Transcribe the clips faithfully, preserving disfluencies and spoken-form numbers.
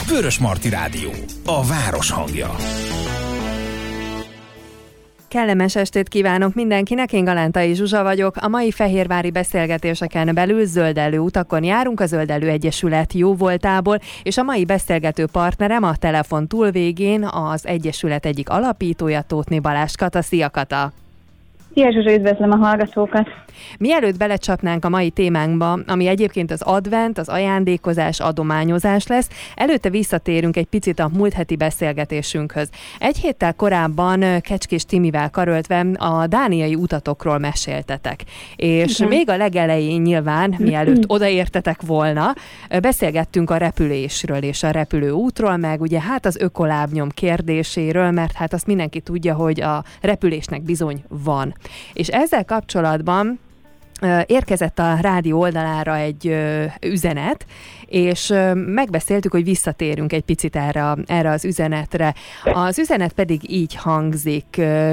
Vörösmarty Rádió, a város hangja. Kellemes estét kívánok mindenkinek, én Galántai Zsuzsa vagyok. A mai fehérvári beszélgetéseken belül zöldellő utakon járunk a Zöldellő Egyesület jóvoltából, és a mai beszélgető partnerem a telefon túlvégén az Egyesület egyik alapítója, Tótné Balázs Kata. Szia, Kata! Szia, Zsuzsa, üdvözlöm a hallgatókat! Mielőtt belecsapnánk a mai témánkba, ami egyébként az advent, az ajándékozás, adományozás lesz, előtte visszatérünk egy picit a múlt heti beszélgetésünkhöz. Egy héttel korábban Kecskés Timivel karöltve a dániai utatokról meséltetek. És igen, még a legelején nyilván, mielőtt odaértetek volna, beszélgettünk a repülésről és a repülőútról, meg ugye hát az ökolábnyom kérdéséről, mert hát azt mindenki tudja, hogy a repülésnek bizony van. És ezzel kapcsolatban érkezett a rádió oldalára egy ö, üzenet, és ö, megbeszéltük, hogy visszatérünk egy picit erre, erre az üzenetre. Az üzenet pedig így hangzik.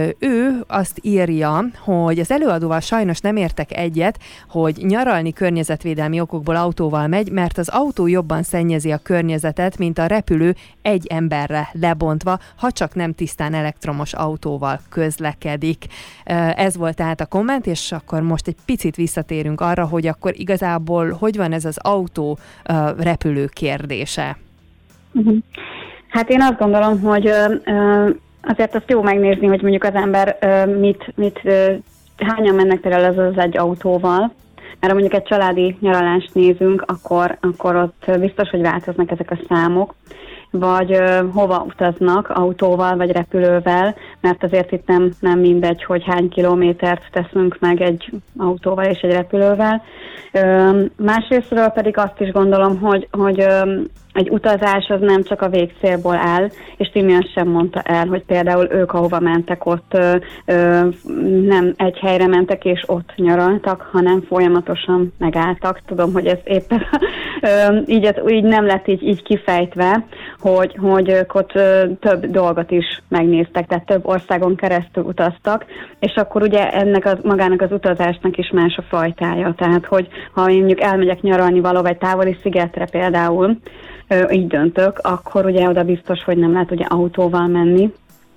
Ő azt írja, hogy az előadóval sajnos nem értek egyet, hogy nyaralni környezetvédelmi okokból autóval megy, mert az autó jobban szennyezi a környezetet, mint a repülő egy emberre lebontva, ha csak nem tisztán elektromos autóval közlekedik. Ez volt tehát a komment, és akkor most egy picit visszatérünk arra, hogy akkor igazából hogy van ez az autó uh, repülő kérdése? Uh-huh. Hát én azt gondolom, hogy uh, azért azt jó megnézni, hogy mondjuk az ember uh, mit, mit uh, hányan mennek például az, az egy autóval, mert ha mondjuk egy családi nyaralást nézünk, akkor, akkor ott biztos, hogy változnak ezek a számok, vagy uh, hova utaznak autóval, vagy repülővel, mert azért itt nem, nem mindegy, hogy hány kilométert teszünk meg egy autóval és egy repülővel. Uh, másrésztről pedig azt is gondolom, hogy, hogy uh, egy utazás az nem csak a végcélból áll, és Timi azt sem mondta el, hogy például ők ahova mentek, ott ö, ö, nem egy helyre mentek és ott nyaraltak, hanem folyamatosan megálltak. Tudom, hogy ez éppen ö, így, így nem lett így, így kifejtve, hogy, hogy ők ott ö, több dolgot is megnéztek, tehát több országon keresztül utaztak, és akkor ugye ennek az, magának az utazásnak is más a fajtája. Tehát, hogy ha én mondjuk elmegyek nyaralni valahova egy távoli szigetre például, így döntök, akkor ugye oda biztos, hogy nem lehet ugye autóval menni.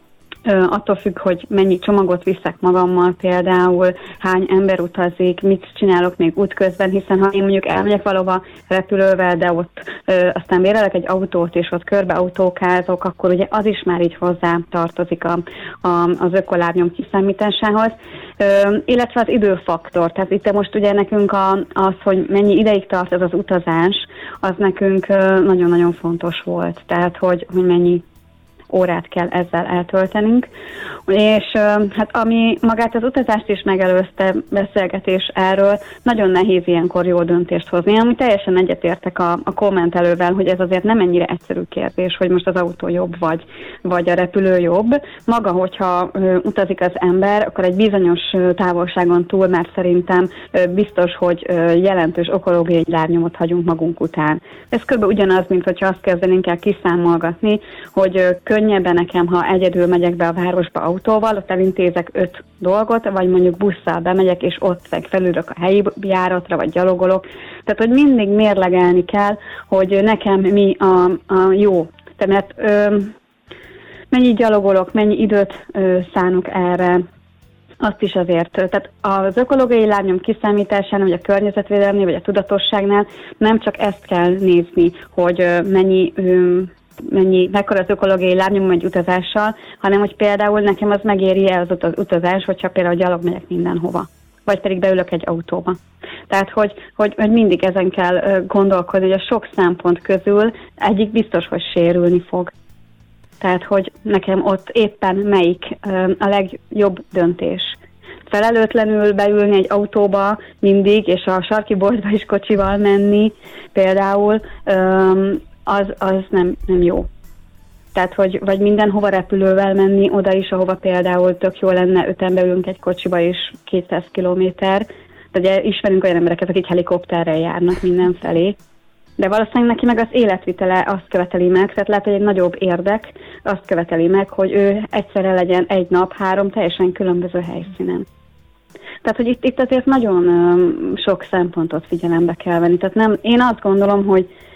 Attól függ, hogy mennyi csomagot viszek magammal például, hány ember utazik, mit csinálok még útközben, hiszen ha én mondjuk elmegyek valahova repülővel, de ott ö, aztán bérelek egy autót, és ott körbe autókázok, akkor ugye az is már így hozzá tartozik a, a, az ökolábnyom kiszámításához, ö, illetve az időfaktor. Tehát itt most ugye nekünk a, az, hogy mennyi ideig tart ez az utazás, az nekünk ö, nagyon-nagyon fontos volt. Tehát, hogy, hogy mennyi órát kell ezzel eltöltenünk. És hát ami magát az utazást is megelőzte, beszélgetés erről, nagyon nehéz ilyenkor jó döntést hozni. Ami teljesen egyetértek a, a kommentelővel, hogy ez azért nem ennyire egyszerű kérdés, hogy most az autó jobb vagy, vagy a repülő jobb. Maga, hogyha ö, utazik az ember, akkor egy bizonyos távolságon túl már szerintem ö, biztos, hogy ö, jelentős ökológiai lábnyomot hagyunk magunk után. Ez kb. Ugyanaz, mint hogyha azt kezdenénk el kiszámolgatni, hogy ö, könnyebben nekem, ha egyedül megyek be a városba autóval, ott elintézek öt dolgot, vagy mondjuk busszal bemegyek, és ott felülök a helyi járatra, vagy gyalogolok. Tehát, hogy mindig mérlegelni kell, hogy nekem mi a, a jó. Tehát ö, mennyi gyalogolok, mennyi időt ö, szánok erre, azt is azért. Tehát az ökológiai lábnyom kiszámításánál, vagy a környezetvédelemnél, vagy a tudatosságnál nem csak ezt kell nézni, hogy ö, mennyi ö, mennyi, mekkora az ökológiai lábnyomom egy utazással, hanem hogy például nekem az megéri el az utazás, hogyha például gyalog megyek mindenhova, vagy pedig beülök egy autóba. Tehát, hogy, hogy, hogy mindig ezen kell gondolkodni, hogy a sok szempont közül egyik biztos, hogy sérülni fog. Tehát, hogy nekem ott éppen melyik a legjobb döntés. Felelőtlenül beülni egy autóba mindig, és a sarki boltba is kocsival menni például, az, az nem, nem jó. Tehát, hogy vagy mindenhova repülővel menni, oda is, ahova például tök jó lenne, öten beülünk egy kocsiba és kétszáz kilométer. De ugye ismerünk olyan embereket, akik helikopterrel járnak mindenfelé. De valószínűleg neki meg az életvitele azt követeli meg, tehát lehet, hogy egy nagyobb érdek azt követeli meg, hogy ő egyszerre legyen egy nap, három teljesen különböző helyszínen. Tehát, hogy itt, itt azért nagyon um, sok szempontot figyelembe kell venni. Tehát nem, én azt gondolom, hogy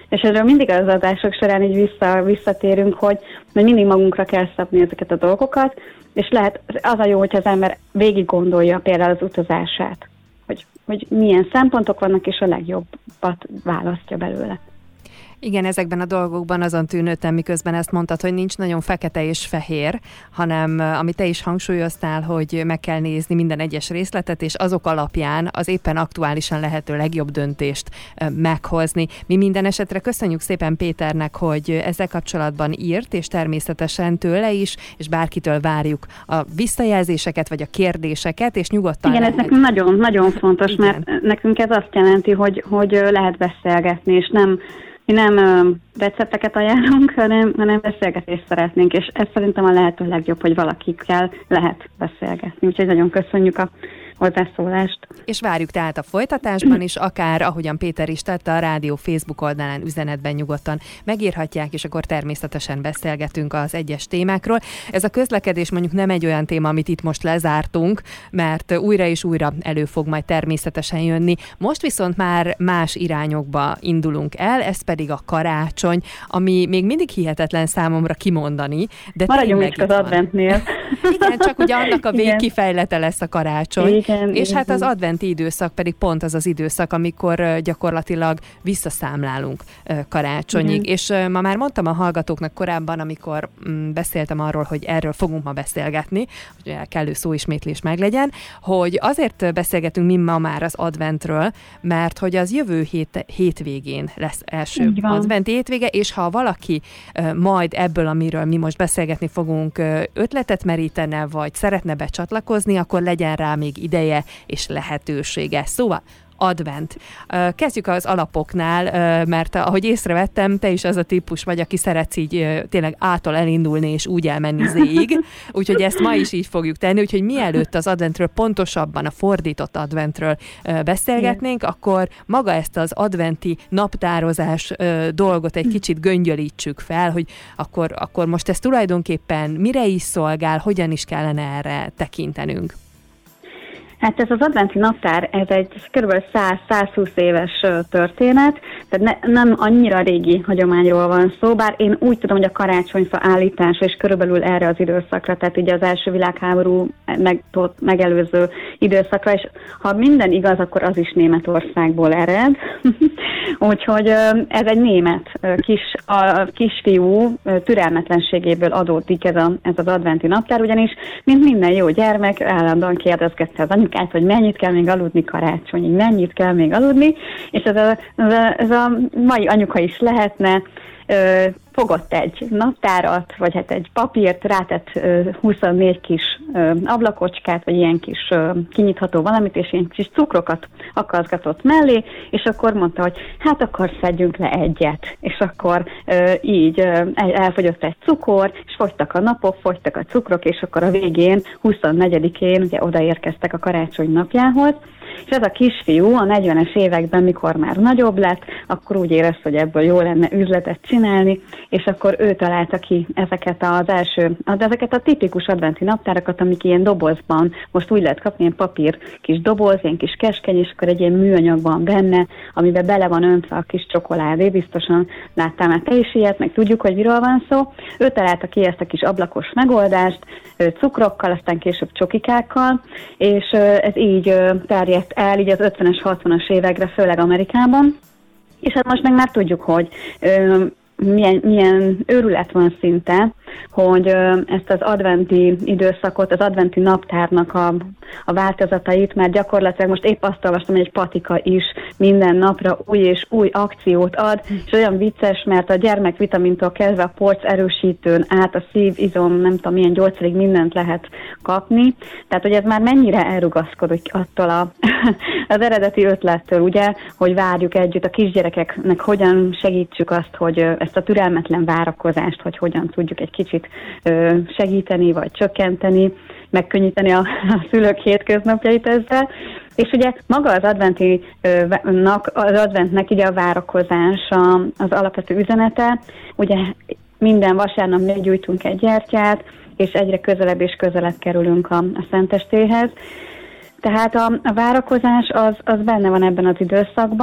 És erről mindig az adások során így vissza, visszatérünk, hogy, hogy mindig magunkra kell szabni ezeket a dolgokat, és lehet, az a jó, hogyha az ember végig gondolja például az utazását, hogy, hogy milyen szempontok vannak, és a legjobbat választja belőle. Igen, ezekben a dolgokban azon tűnődtem, miközben ezt mondtad, hogy nincs nagyon fekete és fehér, hanem amit te is hangsúlyoztál, hogy meg kell nézni minden egyes részletet, és azok alapján az éppen aktuálisan lehető legjobb döntést meghozni. Mi minden esetre köszönjük szépen Péternek, hogy ezzel kapcsolatban írt, és természetesen tőle is, és bárkitől várjuk a visszajelzéseket, vagy a kérdéseket, és nyugodtan Igen, lehet. ez nekünk nagyon-nagyon fontos, igen. Mert nekünk ez azt jelenti, hogy, hogy lehet beszélgetni, és nem Mi nem ö, recepteket ajánlunk, hanem, hanem beszélgetést szeretnénk, és ez szerintem a lehető legjobb, hogy valakikkel lehet beszélgetni. Úgyhogy nagyon köszönjük a hozzászólást. És várjuk tehát a folytatásban is, akár ahogyan Péter is tette, a rádió Facebook oldalán üzenetben nyugodtan megírhatják, és akkor természetesen beszélgetünk az egyes témákról. Ez a közlekedés mondjuk nem egy olyan téma, amit itt most lezártunk, mert újra és újra elő fog majd természetesen jönni. Most viszont már más irányokba indulunk el, ez pedig a karácsony, ami még mindig hihetetlen számomra kimondani, de maradjunk is az adventnél. Igen, csak ugye annak a végkifejlete lesz a karácsony. Igen, és igen. hát az adventi időszak pedig pont az az időszak, amikor gyakorlatilag visszaszámlálunk karácsonyig. Igen. És ma már mondtam a hallgatóknak korábban, amikor mm, beszéltem arról, hogy erről fogunk ma beszélgetni, hogy kellő szóismétlés meglegyen, hogy azért beszélgetünk mi ma már az adventről, mert hogy az jövő hét, hétvégén lesz első adventi hétvége, és ha valaki majd ebből, amiről mi most beszélgetni fogunk, ötletet merítene, vagy szeretne becsatlakozni, akkor legyen rá még ideje és lehetősége. Szóval advent. Kezdjük az alapoknál, mert ahogy észrevettem, te is az a típus vagy, aki szeretsz így tényleg ától elindulni és úgy elmenni zéig, úgyhogy ezt ma is így fogjuk tenni, úgyhogy mielőtt az adventről, pontosabban a fordított adventről beszélgetnénk, akkor maga ezt az adventi naptározás dolgot egy kicsit göngyölítsük fel, hogy akkor, akkor most ez tulajdonképpen mire is szolgál, hogyan is kellene erre tekintenünk. Hát ez az adventi naptár, ez egy kb. száz-százhúsz éves történet, tehát ne, nem annyira régi hagyományról van szó, bár én úgy tudom, hogy a karácsonyfa állítása is körülbelül erre az időszakra, tehát ugye az első világháború meg, megelőző időszakra, és ha minden igaz, akkor az is Németországból ered. Úgyhogy ez egy német kis, a kisfiú türelmetlenségéből adódik ez, a, ez az adventi naptár, ugyanis mint minden jó gyermek állandóan kérdezgette az anyukát, hogy mennyit kell még aludni karácsonyig, mennyit kell még aludni, és ez a, ez a, ez a mai anyuka is lehetne, ö, fogott egy naptárat, vagy hát egy papírt, rátett ö, huszonnégy kis ö, ablakocskát, vagy ilyen kis ö, kinyitható valamit, és ilyen kis cukrokat akaszgatott mellé, és akkor mondta, hogy hát akkor szedjünk le egyet. És akkor ö, így ö, elfogyott egy cukor, és fogytak a napok, fogytak a cukrok, és akkor a végén, huszonnegyedikén ugye odaérkeztek a karácsony napjához, és ez a kisfiú a negyvenes években, mikor már nagyobb lett, akkor úgy érezte, hogy ebből jó lenne üzletet csinálni, és akkor ő találta ki ezeket az első, ezeket a tipikus adventi naptárakat, amik ilyen dobozban, most úgy lehet kapni, ilyen papír kis doboz, ilyen kis keskeny, és akkor egy ilyen műanyag van benne, amiben bele van öntve a kis csokoládé, biztosan láttál már te is ilyet, meg tudjuk, hogy miről van szó. Ő találta ki ezt a kis ablakos megoldást, cukrokkal, aztán később csokikákkal, és ez így terjedt el így az ötvenes, hatvanas évekre, főleg Amerikában. És hát most meg már tudjuk, hogy ö, milyen, milyen őrület van szinte, hogy ö, ezt az adventi időszakot, az adventi naptárnak a, a változatait már gyakorlatilag most épp azt olvastam, hogy egy patika is minden napra új és új akciót ad, és olyan vicces, mert a gyermekvitamintól kezdve a porc erősítőn át a szív, izom, nem tudom milyen gyógyszerig mindent lehet kapni. Tehát, hogy ez már mennyire elrugaszkodik attól a, az eredeti ötlettől, ugye, hogy várjuk együtt a kisgyerekeknek, hogyan segítsük azt, hogy ezt a türelmetlen várakozást, hogy hogyan tudjuk egy kicsit segíteni, vagy csökkenteni, megkönnyíteni a, a szülők hétköznapjait ezzel. És ugye maga az adventi nak, az adventnek ugye a várakozás az alapvető üzenete, ugye minden vasárnap meggyújtunk egy gyertyát, és egyre közelebb és közelebb kerülünk a, a Szentestéhez. Tehát a, a várakozás az, az benne van ebben az időszakban,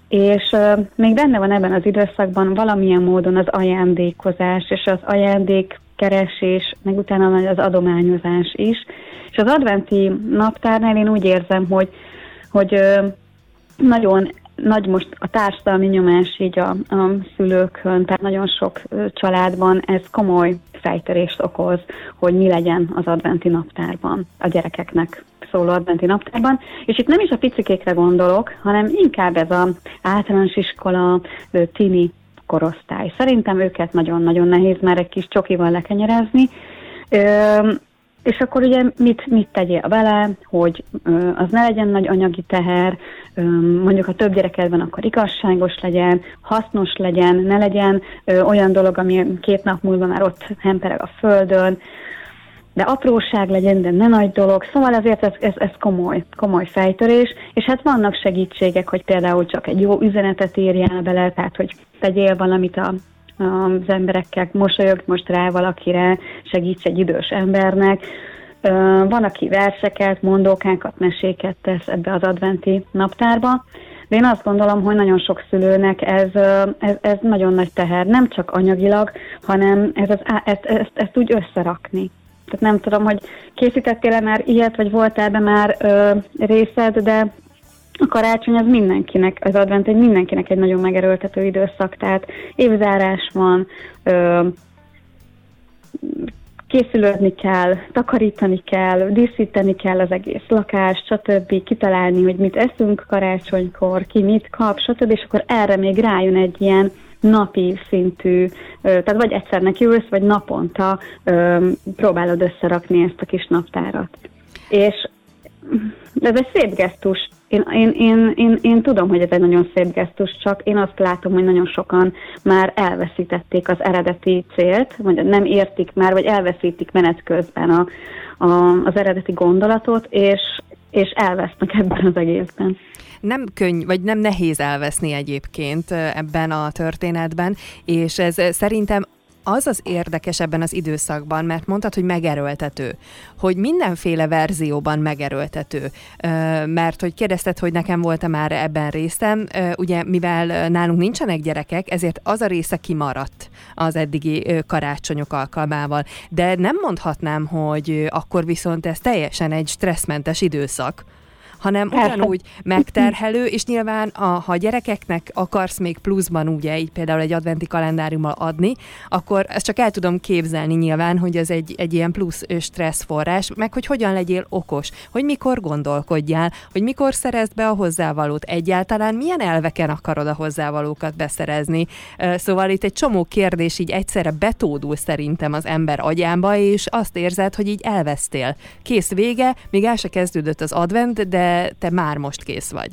és uh, még benne van ebben az időszakban valamilyen módon az ajándékozás, és az ajándékkeresés, meg utána az adományozás is. És az adventi naptárnál én úgy érzem, hogy, hogy uh, nagyon nagy most a társadalmi nyomás így a, a szülőkön, tehát nagyon sok családban ez komoly fejtörést okoz, hogy mi legyen az adventi naptárban, a gyerekeknek szóló adventi naptárban. És itt nem is a picikékre gondolok, hanem inkább ez az általános iskola, tini korosztály. Szerintem őket nagyon-nagyon nehéz már egy kis csokival lekenyerezni. Ö, És akkor ugye mit, mit tegyél vele, hogy ö, az ne legyen nagy anyagi teher, ö, mondjuk ha több gyereked van, akkor igazságos legyen, hasznos legyen, ne legyen ö, olyan dolog, ami két nap múlva már ott hempereg a földön, de apróság legyen, de ne nagy dolog. Szóval azért ez, ez, ez komoly, komoly fejtörés, és hát vannak segítségek, hogy például csak egy jó üzenetet írjál bele, tehát hogy tegyél valamit a az emberekkel, mosolyog most rá valakire, segíts egy idős embernek. Van, aki verseket, mondókákat, meséket tesz ebbe az adventi naptárba, de én azt gondolom, hogy nagyon sok szülőnek ez, ez, ez nagyon nagy teher, nem csak anyagilag, hanem ez az, ezt, ezt, ezt úgy összerakni. Tehát nem tudom, hogy készítettél-e már ilyet, vagy volt ebben már ö, részed, de a karácsony az mindenkinek, az advent egy mindenkinek egy nagyon megerőltető időszak, tehát évzárás van, ö, készülődni kell, takarítani kell, díszíteni kell az egész lakást, stb. Kitalálni, hogy mit eszünk karácsonykor, ki mit kap, stb. És akkor erre még rájön egy ilyen napi szintű, tehát vagy egyszer nekiülsz, vagy naponta ö, próbálod összerakni ezt a kis naptárat. És ez egy szép gesztus. Én, én, én, én, én tudom, hogy ez egy nagyon szép gesztus, csak én azt látom, hogy nagyon sokan már elveszítették az eredeti célt, vagy nem értik már, vagy elveszítik menet közben a, a, az eredeti gondolatot, és, és elvesznek ebben az egészben. Nem könny, vagy nem nehéz elveszni egyébként ebben a történetben, és ez szerintem az az érdekes ebben az időszakban, mert mondtad, hogy megerőltető, hogy mindenféle verzióban megerőltető, mert hogy kérdezted, hogy nekem volt-e már ebben részem, ugye mivel nálunk nincsenek gyerekek, ezért az a része kimaradt az eddigi karácsonyok alkalmával, de nem mondhatnám, hogy akkor viszont ez teljesen egy stresszmentes időszak, hanem ugyanúgy megterhelő, és nyilván a, ha a gyerekeknek akarsz még pluszban ugye így például egy adventi kalendáriummal adni, akkor ezt csak el tudom képzelni nyilván, hogy ez egy, egy ilyen plusz stresszforrás, meg hogy hogyan legyél okos, hogy mikor gondolkodjál, hogy mikor szerezd be a hozzávalót, egyáltalán milyen elveken akarod a hozzávalókat beszerezni. Szóval itt egy csomó kérdés így egyszerre betódul szerintem az ember agyába, és azt érzed, hogy így elvesztél. Kész, vége, még el se kezdődött az advent, de te már most kész vagy.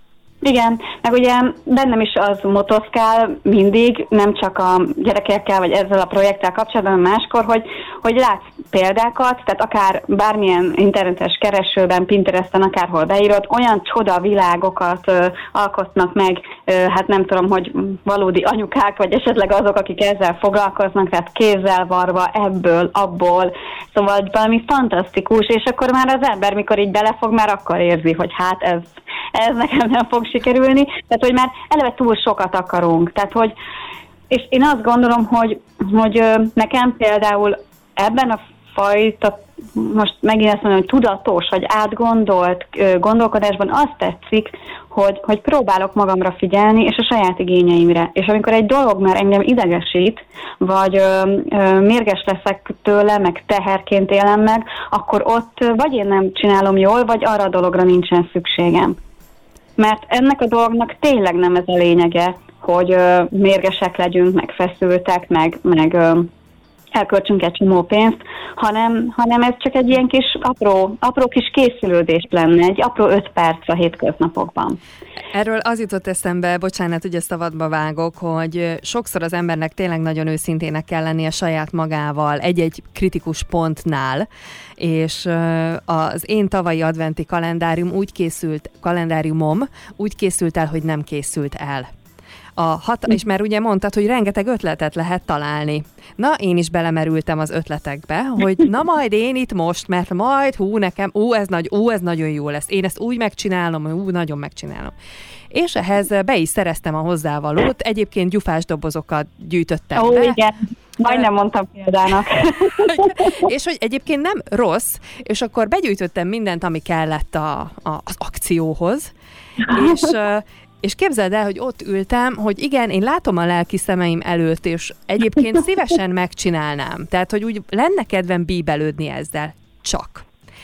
Igen, meg ugye bennem is az motoszkál mindig, nem csak a gyerekekkel, vagy ezzel a projekttel kapcsolatban, máskor, hogy, hogy látsz példákat, tehát akár bármilyen internetes keresőben, Pinteresten, akárhol beírod, olyan csoda világokat ö, alkotnak meg, ö, hát nem tudom, hogy valódi anyukák, vagy esetleg azok, akik ezzel foglalkoznak, tehát kézzel varva, ebből, abból, szóval valami fantasztikus, és akkor már az ember, mikor így belefog, már akkor érzi, hogy hát ez ez nekem nem fog sikerülni, tehát hogy már eleve túl sokat akarunk, tehát hogy, és én azt gondolom, hogy, hogy nekem például ebben a fajta, most megint azt mondom, hogy tudatos, vagy átgondolt gondolkodásban azt tetszik, hogy, hogy próbálok magamra figyelni, és a saját igényeimre. És amikor egy dolog már engem idegesít, vagy ö, ö, mérges leszek tőle, meg teherként élem meg, akkor ott vagy én nem csinálom jól, vagy arra a dologra nincsen szükségem. Mert ennek a dolognak tényleg nem ez a lényege, hogy ö, mérgesek legyünk, meg feszültek, meg, meg ö, elköltsünk egy csomó pénzt, hanem, hanem ez csak egy ilyen kis apró, apró kis készülődés lenne, egy apró öt perc a hétköznapokban. Erről az jutott eszembe, bocsánat, hogy a szabadba vágok, hogy sokszor az embernek tényleg nagyon őszintének kell lennie saját magával egy-egy kritikus pontnál, és az én tavalyi adventi kalendárium úgy készült, kalendáriumom úgy készült el, hogy nem készült el. A hat, és mert ugye mondtad, hogy rengeteg ötletet lehet találni. Na, én is belemerültem az ötletekbe, hogy na majd én itt most, mert majd hú nekem, ú ez, nagy, ú, ez nagyon jó lesz. Én ezt úgy megcsinálom, ú, nagyon megcsinálom. és ehhez be is szereztem a hozzávalót, egyébként gyufás dobozokat gyűjtöttem Ó, be. igen. Majdnem mondtam példának. És hogy egyébként nem rossz, és akkor begyűjtöttem mindent, ami kellett a, a, az akcióhoz, és, és képzeld el, hogy ott ültem, hogy igen, én látom a lelki szemeim előtt, és egyébként szívesen megcsinálnám. Tehát, hogy úgy lenne kedvem bíbelődni ezzel. Csak.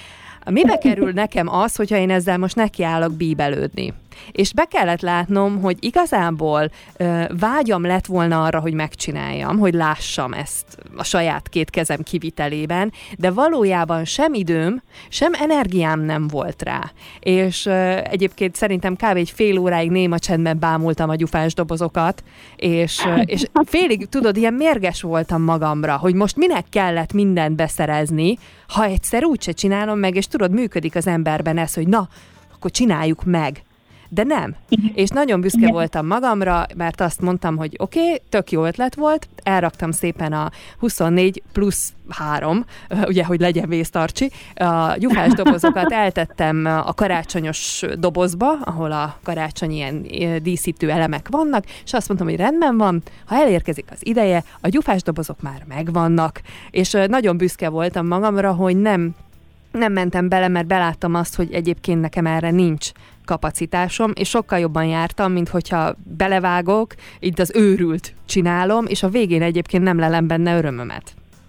Mibe kerül nekem az, hogyha én ezzel most nekiállok bíbelődni? És be kellett látnom, hogy igazából ö, vágyam lett volna arra, hogy megcsináljam, hogy lássam ezt a saját két kezem kivitelében, de valójában sem időm, sem energiám nem volt rá. És ö, egyébként szerintem kb. Egy fél óráig néma csendben bámultam a gyufás dobozokat, és, ö, és félig, tudod, ilyen mérges voltam magamra, hogy most minek kellett mindent beszerezni, ha egyszer úgyse csinálom meg, és tudod, működik az emberben ez, hogy na, akkor csináljuk meg. De nem. És nagyon büszke voltam magamra, mert azt mondtam, hogy oké, okay, tök jó ötlet volt, elraktam szépen a huszonnégy plusz három, ugye, hogy legyen vésztarcsi, a gyufás dobozokat eltettem a karácsonyos dobozba, ahol a karácsonyi ilyen díszítő elemek vannak, és azt mondtam, hogy rendben van, ha elérkezik az ideje, a gyufás dobozok már megvannak, és nagyon büszke voltam magamra, hogy nem Nem mentem bele, mert beláttam azt, hogy egyébként nekem erre nincs kapacitásom, és sokkal jobban jártam, mint hogyha belevágok, így az őrült csinálom, és a végén egyébként nem lelem benne örömömet.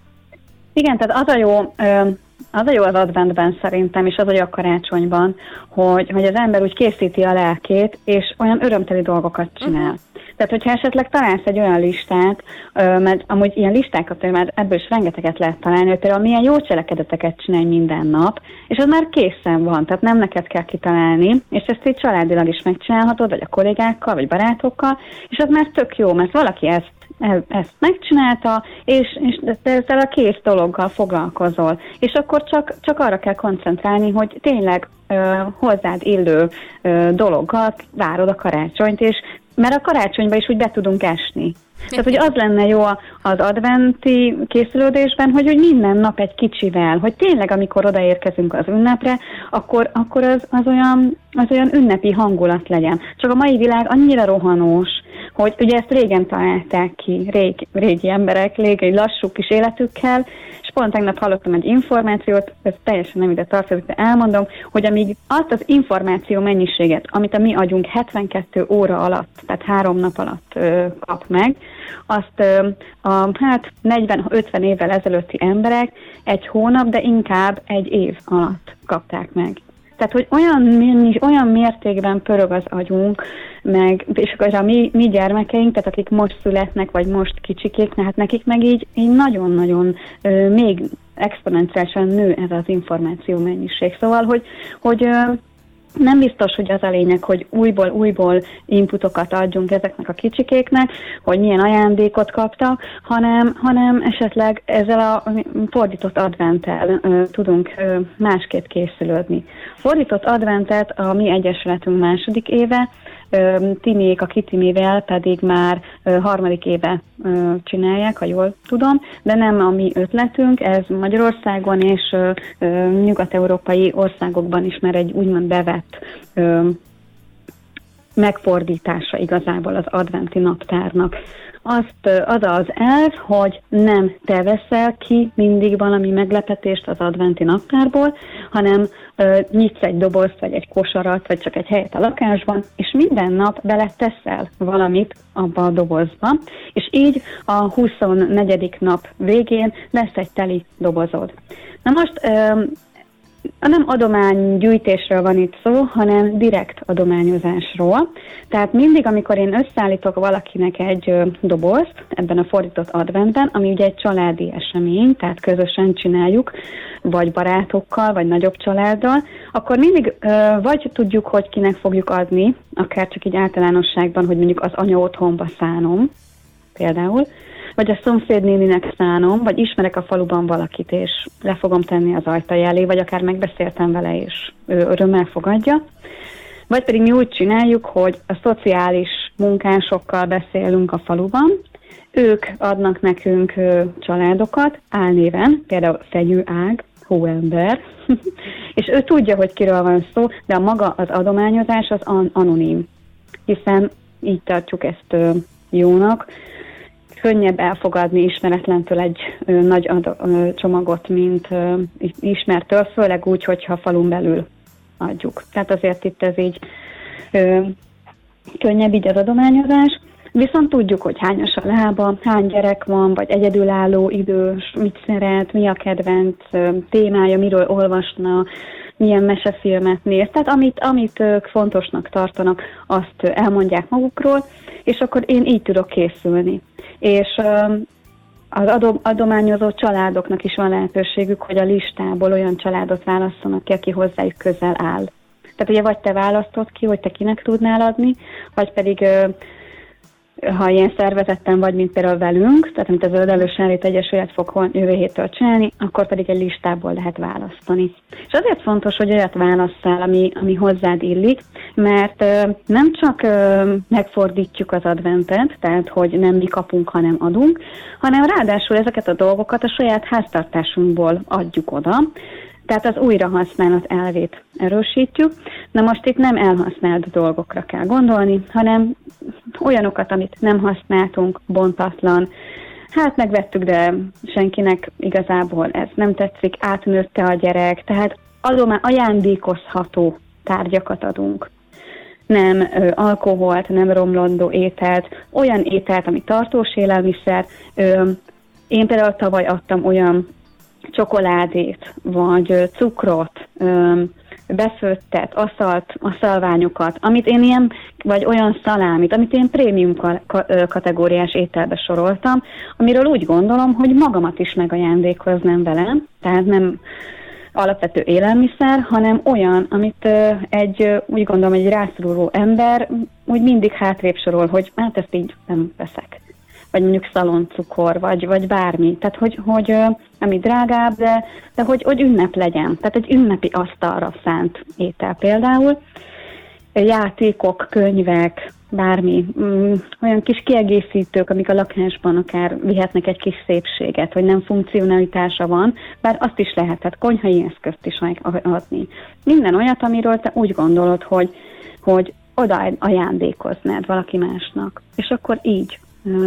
Igen, tehát az a jó, az a jó az adventben szerintem, és az a jó a karácsonyban, hogy, hogy az ember úgy készíti a lelkét, és olyan örömteli dolgokat csinál. Uh-huh. Tehát, hogyha esetleg találsz egy olyan listát, mert amúgy ilyen listákat, mert ebből is rengeteget lehet találni, hogy például milyen jó cselekedeteket csinálj minden nap, és az már készen van, tehát nem neked kell kitalálni, és ezt így családilag is megcsinálhatod, vagy a kollégákkal, vagy barátokkal, és az már tök jó, mert valaki ezt ezt megcsinálta, és, és ezzel a kész dologgal foglalkozol. És akkor csak, csak arra kell koncentrálni, hogy tényleg ö, hozzád illő ö, dologgal várod a karácsonyt, és mert a karácsonyba is úgy be tudunk esni. Tehát, hogy az lenne jó az adventi készülődésben, hogy, hogy minden nap egy kicsivel, hogy tényleg, amikor odaérkezünk az ünnepre, akkor, akkor az, az, olyan, az olyan ünnepi hangulat legyen. Csak a mai világ annyira rohanós, hogy ugye ezt régen találták ki, rég, régi emberek, régi lassú kis életükkel, és pont tegnap hallottam egy információt, ez teljesen nem ide tartozik, de elmondom, hogy amíg azt az információ mennyiséget, amit a mi agyunk hetvenkét óra alatt, tehát három nap alatt ö, kap meg, azt ö, a hát negyven-ötven évvel ezelőtti emberek egy hónap, de inkább egy év alatt kapták meg. Tehát, hogy olyan, olyan mértékben pörög az agyunk, meg, és akkor a mi, mi gyermekeink, tehát akik most születnek, vagy most kicsikék, hát nekik meg így, így nagyon-nagyon ö, még exponenciálisan nő ez az információ mennyiség. Szóval, hogy, hogy ö, nem biztos, hogy az a lényeg, hogy újból-újból inputokat adjunk ezeknek a kicsikéknek, hogy milyen ajándékot kaptak, hanem, hanem esetleg ezzel a fordított adventtel ö, tudunk ö, másképp készülődni. Fordított adventet a mi egyesületünk második éve, ö, Timiék a Kitimivel pedig már ö, harmadik éve ö, csinálják, ha jól tudom, de nem a mi ötletünk, ez Magyarországon és ö, ö, nyugat-európai országokban is már egy úgymond bevett Ö, megfordítása igazából az adventi naptárnak. Azt, az az elv, hogy nem te veszel ki mindig valami meglepetést az adventi naptárból, hanem ö, nyitsz egy dobozt, vagy egy kosarat, vagy csak egy helyet a lakásban, és minden nap beleteszel valamit abba a dobozba, és így a huszonnegyedik nap végén lesz egy teli dobozod. Na most ö, nem adománygyűjtésről van itt szó, hanem direkt adományozásról. Tehát mindig, amikor én összeállítok valakinek egy ö, dobozt, ebben a fordított adventben, ami ugye egy családi esemény, tehát közösen csináljuk, vagy barátokkal, vagy nagyobb családdal, akkor mindig ö, vagy tudjuk, hogy kinek fogjuk adni, akár csak így általánosságban, hogy mondjuk az anya otthonba szánom, például, vagy a szomszédnéninek szánom, vagy ismerek a faluban valakit, és le fogom tenni az ajtaj elé, vagy akár megbeszéltem vele, és ő örömmel fogadja. Vagy pedig mi úgy csináljuk, hogy a szociális munkásokkal beszélünk a faluban, ők adnak nekünk ö, családokat álnéven, például Fegyőág, hóember, és ő tudja, hogy kiről van szó, de a maga az adományozás az an- anonim. hiszen így tartjuk ezt jónak. Könnyebb elfogadni ismeretlentől egy nagy csomagot, mint ismertől, főleg úgy, hogyha falun belül adjuk. Tehát azért itt ez így könnyebb így az adományozás. Viszont tudjuk, hogy hányas a lába, hány gyerek van, vagy egyedülálló, idős, mit szeret, mi a kedvenc témája, miről olvasna, milyen mesefilmet néz. Tehát amit, amit ők fontosnak tartanak, azt elmondják magukról, és akkor én így tudok készülni. És az adom, adományozó családoknak is van lehetőségük, hogy a listából olyan családot válasszanak ki, aki hozzájuk közel áll. Tehát ugye vagy te választod ki, hogy te kinek tudnál adni, vagy pedig ha ilyen szervezetten vagy, mint például velünk, tehát amit a Zöld Elősárét Egyesület fog jövő héttől csinálni, akkor pedig egy listából lehet választani. És azért fontos, hogy olyat válasszál, ami, ami hozzád illik, mert ö, nem csak ö, megfordítjuk az adventet, tehát hogy nem mi kapunk, hanem adunk, hanem ráadásul ezeket a dolgokat a saját háztartásunkból adjuk oda, tehát az újrahasználat elvét erősítjük. Na most itt nem elhasznált dolgokra kell gondolni, hanem olyanokat, amit nem használtunk, bontatlan. Hát megvettük, de senkinek igazából ez nem tetszik, átnőtte a gyerek, tehát adomá ajándékozható tárgyakat adunk. Nem ö, alkoholt, nem romlandó ételt, olyan ételt, ami tartós élelmiszer. Ö, én például tavaly adtam olyan csokoládét, vagy cukrot, befőttet, aszalt, aszalványokat, amit én ilyen, vagy olyan szalámit, amit én prémium kategóriás ételbe soroltam, amiről úgy gondolom, hogy magamat is megajándékoznám vele, tehát nem alapvető élelmiszer, hanem olyan, amit egy, úgy gondolom, egy rászoruló ember úgy mindig hátrébb sorol, hogy hát ezt így nem veszek. Vagy mondjuk szaloncukor, vagy, vagy bármi. Tehát, hogy, hogy ami drágább, de, de hogy, hogy ünnep legyen. Tehát egy ünnepi asztalra szánt étel például. Játékok, könyvek, bármi. Mm, olyan kis kiegészítők, amik a lakásban akár vihetnek egy kis szépséget, hogy nem funkcionalitása van, bár azt is lehet, tehát konyhai eszközt is adni. Minden olyat, amiről te úgy gondolod, hogy, hogy oda ajándékoznád valaki másnak. És akkor így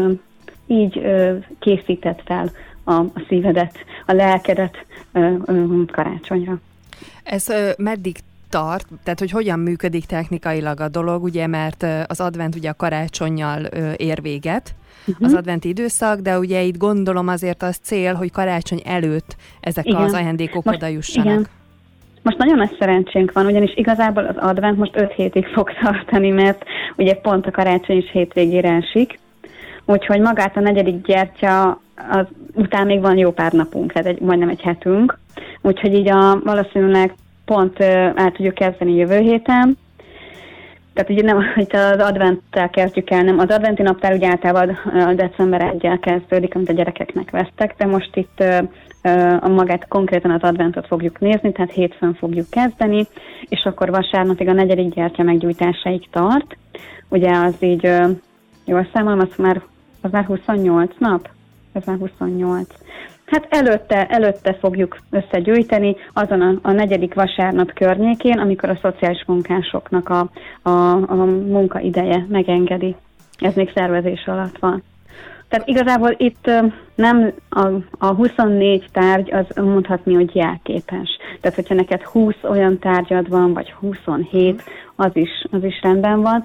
így ö, készített fel a, a szívedet, a lelkedet ö, ö, karácsonyra. Ez ö, meddig tart? Tehát, hogy hogyan működik technikailag a dolog, ugye, mert az advent ugye a karácsonnyal ö, ér véget, uh-huh. az adventi időszak, de ugye itt gondolom azért az cél, hogy karácsony előtt ezek igen. az ajándékok most, oda jussanak. Igen. Most nagyon nagy szerencsénk van, ugyanis igazából az advent most öt hétig fog tartani, mert ugye pont a karácsony is hétvégére esik. Úgyhogy magát a negyedik gyertya az, után még van jó pár napunk, tehát egy, majdnem egy hetünk. Úgyhogy így a, valószínűleg pont el tudjuk kezdeni jövő héten. Tehát ugye nem, hogy az adventtel kezdjük el, nem. Az adventi naptár ugye általában a december elsejivel kezdődik, amit a gyerekeknek vesztek, de most itt a magát konkrétan az adventot fogjuk nézni, tehát hétfőn fogjuk kezdeni, és akkor vasárnapig a negyedik gyertya meggyújtásáig tart. Ugye az így, jól számolom, az már az már huszonnyolc nap? Ez már huszonnyolc. Hát előtte, előtte fogjuk összegyűjteni azon a, a negyedik vasárnap környékén, amikor a szociális munkásoknak a, a, a munkaideje megengedi. Ez még szervezés alatt van. Tehát igazából itt nem a, a huszonnégy tárgy az mondhatni, hogy jelképes. Tehát, hogyha neked húsz olyan tárgyad van, vagy huszonhét, az is, az is rendben van.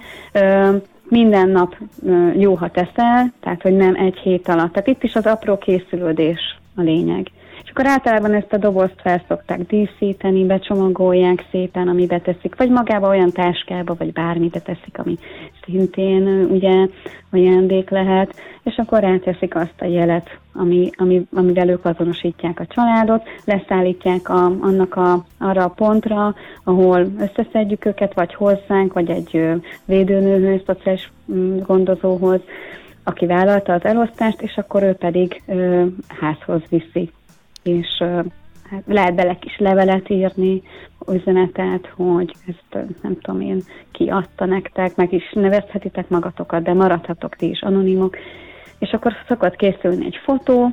Minden nap jó, ha teszel, tehát, hogy nem egy hét alatt. Tehát itt is az apró készülődés a lényeg. És akkor általában ezt a dobozt fel szokták díszíteni, becsomagolják szépen, amibe teszik, vagy magába olyan táskába, vagy bármibe teszik, ami szintén ugye ajándék lehet, és akkor ráteszik azt a jelet, ami, ami, amivel ők azonosítják a családot, leszállítják a, annak a, arra a pontra, ahol összeszedjük őket, vagy hozzánk, vagy egy védőnőhöz, szociális gondozóhoz, aki vállalta az elosztást, és akkor ő pedig ö, házhoz viszi. És ö, hát lehet bele kis levelet írni, üzenetet, hogy ezt nem tudom én, ki adta nektek, meg is nevezhetitek magatokat, de maradhatok ti is anonimok. És akkor szokott készülni egy fotó,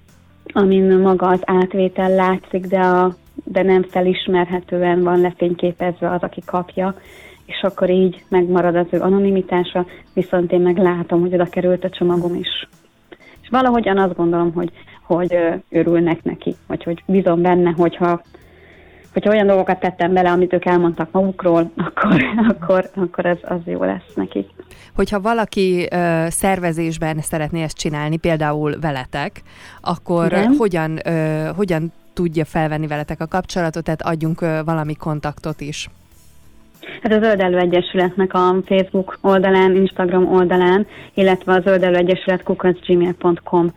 amin maga az átvétel látszik, de, a, de nem felismerhetően van lefényképezve az, aki kapja, és akkor így megmarad az ő anonimitása, viszont én meg látom, hogy oda került a csomagom is. És valahogyan azt gondolom, hogy, hogy örülnek neki, vagy hogy bízom benne, hogyha, hogyha olyan dolgokat tettem bele, amit ők elmondtak magukról, akkor, akkor, akkor ez az jó lesz nekik. Hogyha valaki ö, szervezésben szeretné ezt csinálni, például veletek, akkor Igen. hogyan, ö, hogyan tudja felvenni veletek a kapcsolatot, tehát adjunk ö, valami kontaktot is? Hát a Zöldelő Egyesületnek a Facebook oldalán, Instagram oldalán, illetve a Zöldelő Egyesület kukac gmail pont com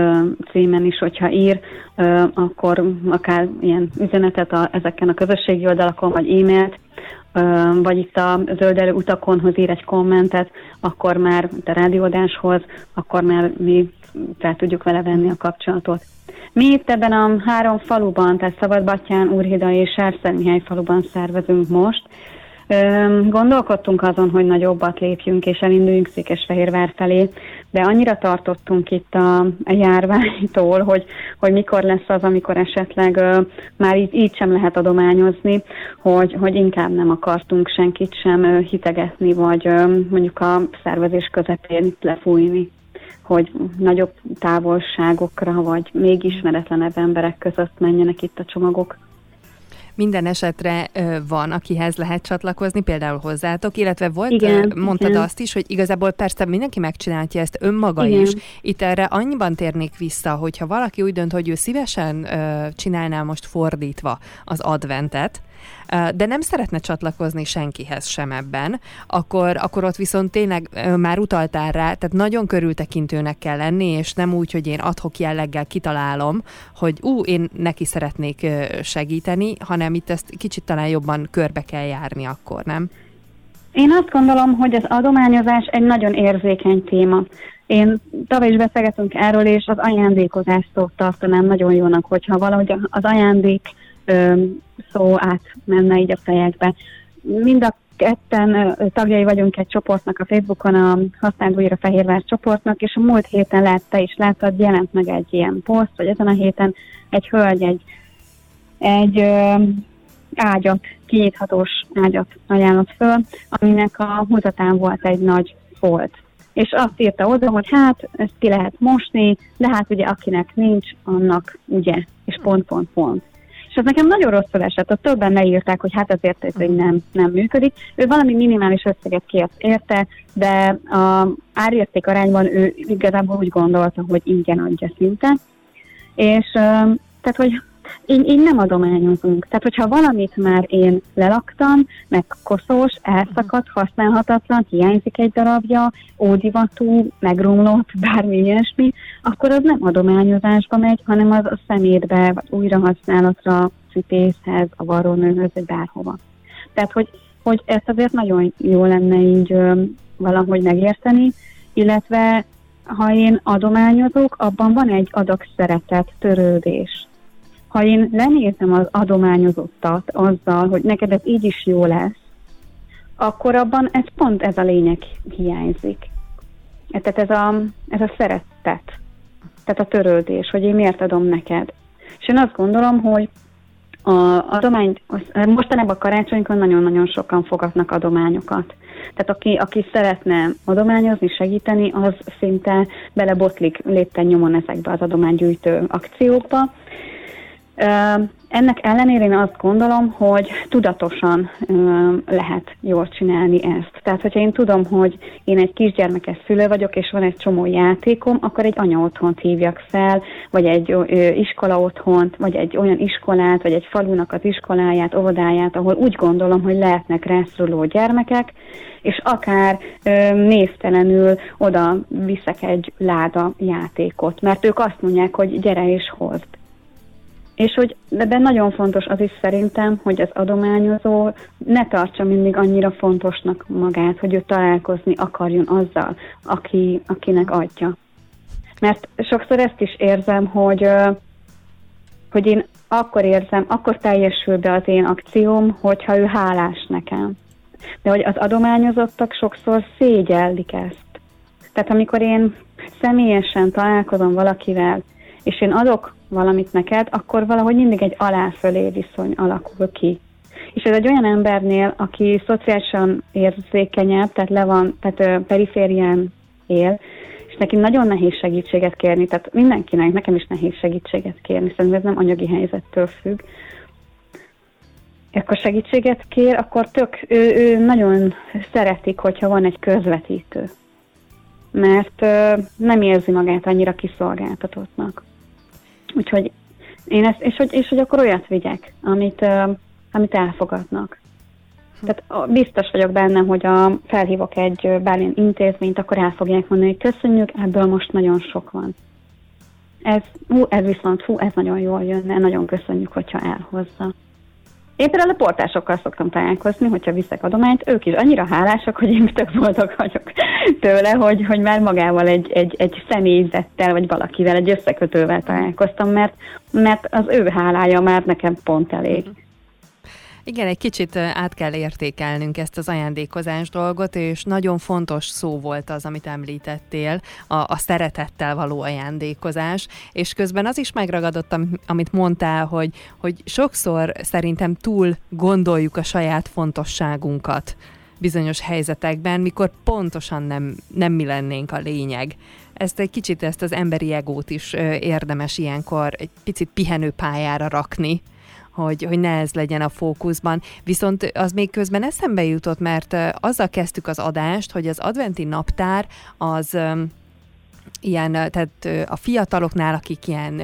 címen is, hogyha ír, ö, akkor akár ilyen üzenetet a, ezeken a közösségi oldalakon, vagy e-mailt, ö, vagy itt a Zöldelő utakonhoz ír egy kommentet, akkor már a rádióadáshoz, akkor már mi fel tudjuk vele venni a kapcsolatot. Mi itt ebben a három faluban, tehát Szabadbattyán, Úrhida és Sárszentmihály faluban szervezünk most. Gondolkodtunk azon, hogy nagyobbat lépjünk és elinduljunk Székesfehérvár felé, de annyira tartottunk itt a, a járványtól, hogy, hogy mikor lesz az, amikor esetleg uh, már így, így sem lehet adományozni, hogy, hogy inkább nem akartunk senkit sem uh, hitegetni, vagy uh, mondjuk a szervezés közepén itt lefújni, hogy nagyobb távolságokra, vagy még ismeretlenebb emberek között menjenek itt a csomagok. Minden esetre ö, van, akihez lehet csatlakozni, például hozzátok, illetve volt, igen, ö, mondtad igen. azt is, hogy igazából persze mindenki megcsinálja ezt önmaga igen. is. Itt erre annyiban térnék vissza, hogyha valaki úgy dönt, hogy ő szívesen ö, csinálná most fordítva az adventet, ö, de nem szeretne csatlakozni senkihez sem ebben, akkor, akkor ott viszont tényleg ö, már utaltál rá, tehát nagyon körültekintőnek kell lenni, és nem úgy, hogy én ad-hoc jelleggel kitalálom, hogy ú, én neki szeretnék ö, segíteni, hanem itt ezt kicsit talán jobban körbe kell járni akkor, nem? Én azt gondolom, hogy az adományozás egy nagyon érzékeny téma. Én tavaly is beszélgetünk erről, és az ajándékozást szót tartanám nagyon jónak, hogyha valahogy az ajándék ö, szó átmenne így a fejekbe. Mind a ketten tagjai vagyunk egy csoportnak a Facebookon, a Használd újra Fehérvár csoportnak, és a múlt héten lehet, te is láttad, jelent meg egy ilyen poszt, vagy ezen a héten egy hölgy, egy egy ö, ágyat, kinyithatós ágyat ajánlott föl, aminek a mutatán volt egy nagy folt. És azt írta oda, hogy hát ezt ki lehet mosni, de hát ugye akinek nincs, annak ugye, és pont, pont, pont. És ez nekem nagyon rosszul esett, ott többen leírták, hogy hát azért ez így nem, nem működik. Ő valami minimális összeget kért érte, de a árérték arányban ő igazából úgy gondolta, hogy ingyen adja szinte. És ö, tehát, hogy Így, így nem adományozunk. Tehát, hogyha valamit már én lelaktam, meg koszos, elszakadt, használhatatlan, hiányzik egy darabja, ódivatú, megromlott, bármi ilyesmi, akkor az nem adományozásba megy, hanem az a szemétbe, vagy újrahasználatra, cipészhez, a varrónőhöz, vagy bárhova. Tehát, hogy, hogy ezt azért nagyon jó lenne így ö, valahogy megérteni, illetve ha én adományozok, abban van egy adag szeretet, törődés. Ha én lenézem az adományozottat azzal, hogy neked ez így is jó lesz, akkor abban ez pont ez a lényeg hiányzik. Tehát ez a, ez a szeretet, tehát a törődés, hogy én miért adom neked. És én azt gondolom, hogy a adományt, mostanában karácsonykor nagyon-nagyon sokan fogadnak adományokat. Tehát aki, aki szeretne adományozni, segíteni, az szinte belebotlik lépten nyomon ezekbe az adománygyűjtő akciókba. Ennek ellenére én azt gondolom, hogy tudatosan lehet jól csinálni ezt. Tehát, hogyha én tudom, hogy én egy kisgyermekes szülő vagyok, és van egy csomó játékom, akkor egy anya otthont hívjak fel, vagy egy iskola otthont, vagy egy olyan iskolát, vagy egy falunak az iskoláját, óvodáját, ahol úgy gondolom, hogy lehetnek rászoruló gyermekek, és akár névtelenül oda viszek egy láda játékot, mert ők azt mondják, hogy gyere és hozd. És hogy de nagyon fontos az is szerintem, hogy az adományozó ne tartsa mindig annyira fontosnak magát, hogy ő találkozni akarjon azzal, aki, akinek adja. Mert sokszor ezt is érzem, hogy, hogy én akkor érzem, akkor teljesül be az én akcióm, hogyha ő hálás nekem. De hogy az adományozottak sokszor szégyellik ezt. Tehát amikor én személyesen találkozom valakivel, és én adok valamit neked, akkor valahogy mindig egy alá-fölé viszony alakul ki. És ez egy olyan embernél, aki szociálisan érzékenyebb, tehát le van, tehát periférián él, és neki nagyon nehéz segítséget kérni, tehát mindenkinek, nekem is nehéz segítséget kérni, szerintem ez nem anyagi helyzettől függ. Akkor segítséget kér, akkor tök, ő, ő nagyon szeretik, hogyha van egy közvetítő. Mert ö, nem érzi magát annyira kiszolgáltatottnak. Úgyhogy én ezt, és hogy, és hogy akkor olyat vigyek, amit, ö, amit elfogadnak. Tehát biztos vagyok bennem, hogy a, felhívok egy bármilyen intézményt, akkor el fogják mondani, hogy köszönjük, ebből most nagyon sok van. Ez, hú, ez viszont, hú, ez nagyon jól jönne, nagyon köszönjük, hogyha elhozza. Én például a portásokkal szoktam találkozni, hogyha viszek adományt, ők is annyira hálásak, hogy én tök boldog vagyok tőle, hogy, hogy már magával egy, egy, egy személyzettel, vagy valakivel, egy összekötővel találkoztam, mert, mert az ő hálája már nekem pont elég. Igen, egy kicsit át kell értékelnünk ezt az ajándékozás dolgot, és nagyon fontos szó volt az, amit említettél, a, a szeretettel való ajándékozás, és közben az is megragadott, amit mondtál, hogy, hogy sokszor szerintem túl gondoljuk a saját fontosságunkat bizonyos helyzetekben, mikor pontosan nem, nem mi lennénk a lényeg. Ezt egy kicsit, ezt az emberi egót is érdemes ilyenkor egy picit pihenőpályára rakni, Hogy, hogy ne ez legyen a fókuszban. Viszont az még közben eszembe jutott, mert azzal kezdtük az adást, hogy az adventi naptár az um, ilyen, tehát a fiataloknál, akik ilyen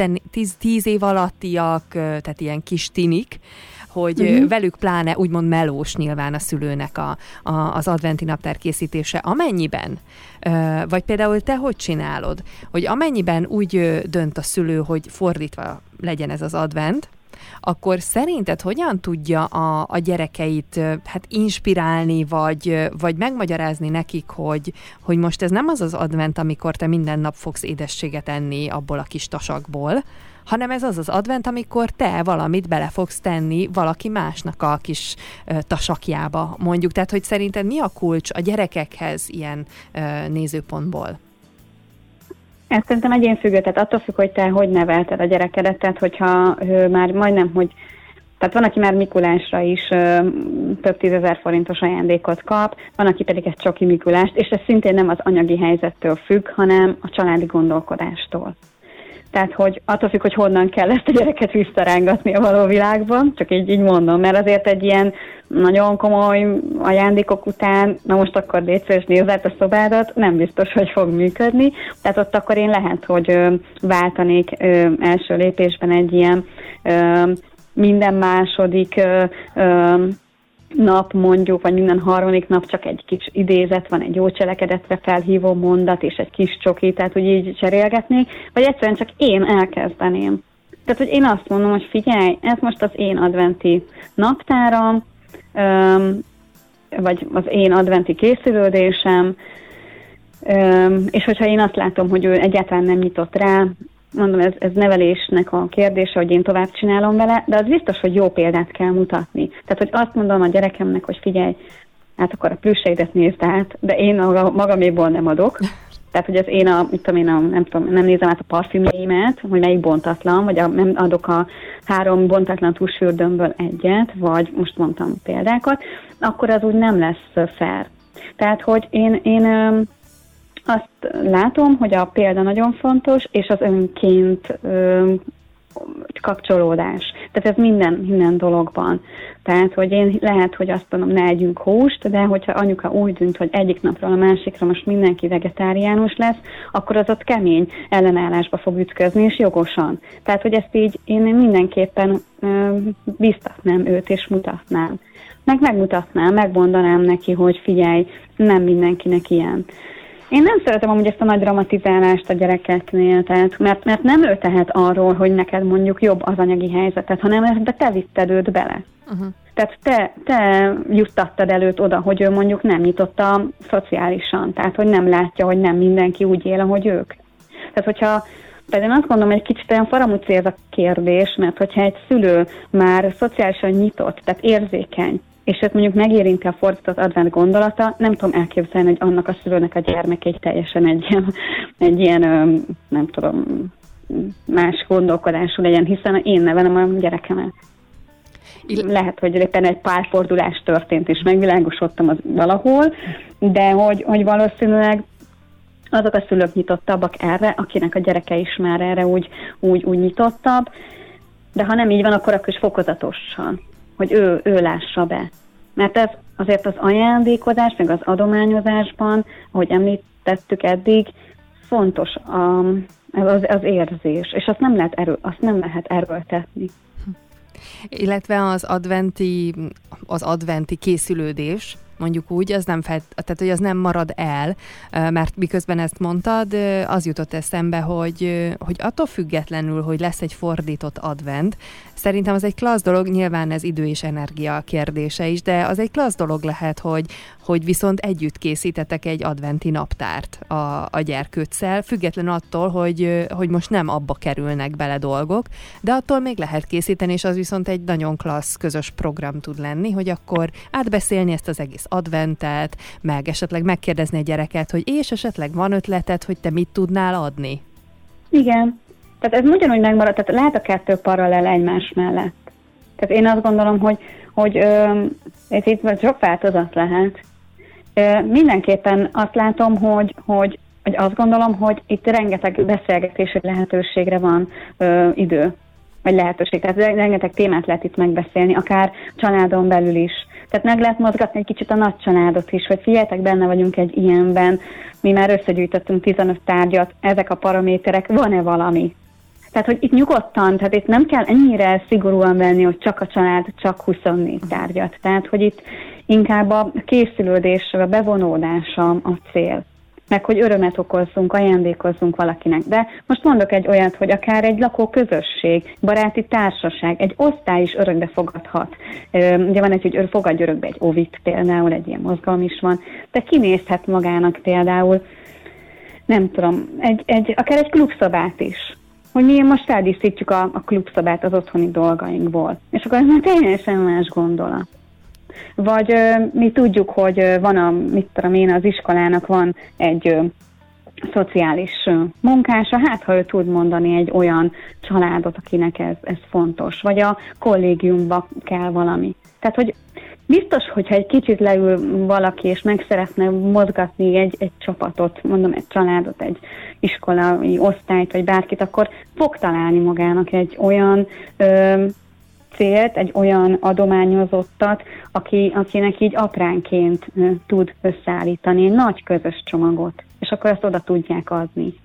tíz év alattiak, tehát ilyen kis tinik, hogy uh-huh. velük pláne úgymond melós nyilván a szülőnek a, a, az adventi naptár készítése. Amennyiben, vagy például te hogy csinálod, hogy amennyiben úgy dönt a szülő, hogy fordítva legyen ez az advent, akkor szerinted hogyan tudja a, a gyerekeit hát inspirálni, vagy, vagy megmagyarázni nekik, hogy, hogy most ez nem az az advent, amikor te minden nap fogsz édességet enni abból a kis tasakból, hanem ez az az advent, amikor te valamit bele fogsz tenni valaki másnak a kis uh, tasakjába, mondjuk. Tehát, hogy szerinted mi a kulcs a gyerekekhez ilyen uh, nézőpontból? Ez szerintem egyénfüggő, tehát attól függ, hogy te hogy nevelted a gyerekedet, tehát hogyha ő már majdnem, hogy tehát van, aki már Mikulásra is ö, több tízezer forintos ajándékot kap, van, aki pedig egy csoki Mikulást, és ez szintén nem az anyagi helyzettől függ, hanem a családi gondolkodástól. Tehát, hogy attól függ, hogy honnan kell ezt a gyereket visszarángatni a való világban, csak így, így mondom, mert azért egy ilyen nagyon komoly ajándékok után, na most akkor légy szíves, nézd át a szobádat, nem biztos, hogy fog működni. Tehát ott akkor én lehet, hogy ö, váltanék ö, első lépésben egy ilyen ö, minden második ö, ö, nap mondjuk, vagy minden harmadik nap csak egy kis idézet van, egy jó cselekedetre felhívó mondat, és egy kis csoki, tehát hogy így cserélgetnék, vagy egyszerűen csak én elkezdeném. Tehát, hogy én azt mondom, hogy figyelj, ez most az én adventi naptáram, öm, vagy az én adventi készülődésem, öm, és hogyha én azt látom, hogy ő egyáltalán nem nyitott rá, mondom, ez, ez nevelésnek a kérdése, hogy én tovább csinálom vele, de az biztos, hogy jó példát kell mutatni. Tehát, hogy azt mondom a gyerekemnek, hogy figyelj, hát akkor a plüsseidet nézd át, de én a magaméból nem adok. Tehát, hogy az én a, mit tudom én, a, nem tudom, nem nézem át a parfümjeimet, hogy melyik bontatlan, vagy a, nem adok a három bontatlan tusfürdőmből egyet, vagy most mondtam példákat, akkor az úgy nem lesz fair. Tehát, hogy én, én azt látom, hogy a példa nagyon fontos, és az önként ö, kapcsolódás. Tehát ez minden, minden dologban. Tehát, hogy én lehet, hogy azt mondom, ne együnk húst, de hogyha anyuka úgy dönt, hogy egyik napról a másikra most mindenki vegetáriánus lesz, akkor az ott kemény ellenállásba fog ütközni, és jogosan. Tehát, hogy ezt így én mindenképpen ö, biztatnám őt, és mutatnám. Meg megmutatnám, megmondanám neki, hogy figyelj, nem mindenkinek ilyen. Én nem szeretem amúgy ezt a nagy dramatizálást a gyerekeknél, tehát, mert, mert nem ő tehet arról, hogy neked mondjuk jobb az anyagi helyzetet, hanem ebbe te vitted őt bele. Uh-huh. Tehát te, te juttattad előtt oda, hogy ő mondjuk nem nyitotta szociálisan, tehát hogy nem látja, hogy nem mindenki úgy él, ahogy ők. Tehát hogyha például azt gondolom, hogy egy kicsit olyan faramúci ez a kérdés, mert hogyha egy szülő már szociálisan nyitott, tehát érzékeny, és ez mondjuk megérinti a fordított advent gondolata, nem tudom elképzelni, hogy annak a szülőnek a gyermekei teljesen egy ilyen, egy ilyen nem tudom, más gondolkodású legyen, hiszen én nevelem a gyerekemet. lehet, hogy éppen egy párfordulás történt, és megvilágosodtam az valahol, de hogy, hogy valószínűleg azok a szülők nyitottabbak erre, akinek a gyereke is már erre úgy, úgy, úgy nyitottabb, de ha nem így van, akkor akkor is fokozatosan, hogy ő, ő lássa be. Mert ez azért az ajándékozás, meg az adományozásban, ahogy említettük eddig, fontos a, az, az érzés, és azt nem lehet, erő, azt nem lehet erőltetni. Illetve az adventi, az adventi készülődés, mondjuk úgy, az nem, felt, tehát, hogy az nem marad el, mert miközben ezt mondtad, az jutott eszembe, hogy, hogy attól függetlenül, hogy lesz egy fordított advent, szerintem az egy klassz dolog, nyilván ez idő és energia kérdése is, de az egy klassz dolog lehet, hogy, hogy viszont együtt készítetek egy adventi naptárt a, a gyerkőccel, függetlenül attól, hogy, hogy most nem abba kerülnek bele dolgok, de attól még lehet készíteni, és az viszont egy nagyon klassz közös program tud lenni, hogy akkor átbeszélni ezt az egész adventet, meg esetleg megkérdezni a gyereket, hogy és esetleg van ötleted, hogy te mit tudnál adni? Igen. Tehát ez ugyanúgy megmarad, tehát lehet a kettő paralel egymás mellett. Tehát én azt gondolom, hogy, hogy ö, ez itt sok változat lehet. Ö, mindenképpen azt látom, hogy, hogy, hogy azt gondolom, hogy itt rengeteg beszélgetési lehetőségre van ö, idő, vagy lehetőség. Tehát rengeteg témát lehet itt megbeszélni, akár családon belül is. Tehát meg lehet mozgatni egy kicsit a nagy családot is, hogy figyeljetek, benne vagyunk egy ilyenben, mi már összegyűjtöttünk tizenöt tárgyat, ezek a paraméterek, van-e valami? Tehát, hogy itt nyugodtan, tehát itt nem kell ennyire szigorúan venni, hogy csak a család, csak huszonnégy tárgyat. Tehát, hogy itt inkább a készülődés, a bevonódása a cél. Meg, hogy örömet okozzunk, ajándékozzunk valakinek. De most mondok egy olyat, hogy akár egy lakóközösség, baráti társaság, egy osztály is örökbe fogadhat. Ugye van egy, hogy fogadj örökbe egy óvit például, egy ilyen mozgalom is van, de kinézhet magának például, nem tudom, egy, egy, akár egy klubszobát is. Hogy mi most feldíszítjük a, a klubszobát az otthoni dolgainkból. És akkor ez már teljesen más gondolat. Vagy ö, mi tudjuk, hogy ö, van a, mit tudom én, az iskolának van egy ö, szociális ö, munkása, hát ha ő tud mondani egy olyan családot, akinek ez, ez fontos. Vagy a kollégiumba kell valami. Tehát, hogy biztos, hogyha egy kicsit leül valaki, és meg szeretne mozgatni egy, egy csapatot, mondom, egy családot, egy iskolai osztályt, vagy bárkit, akkor fog találni magának egy olyan ö, célt, egy olyan adományozottat, aki, akinek így apránként ö, tud összeállítani egy nagy közös csomagot, és akkor ezt oda tudják adni.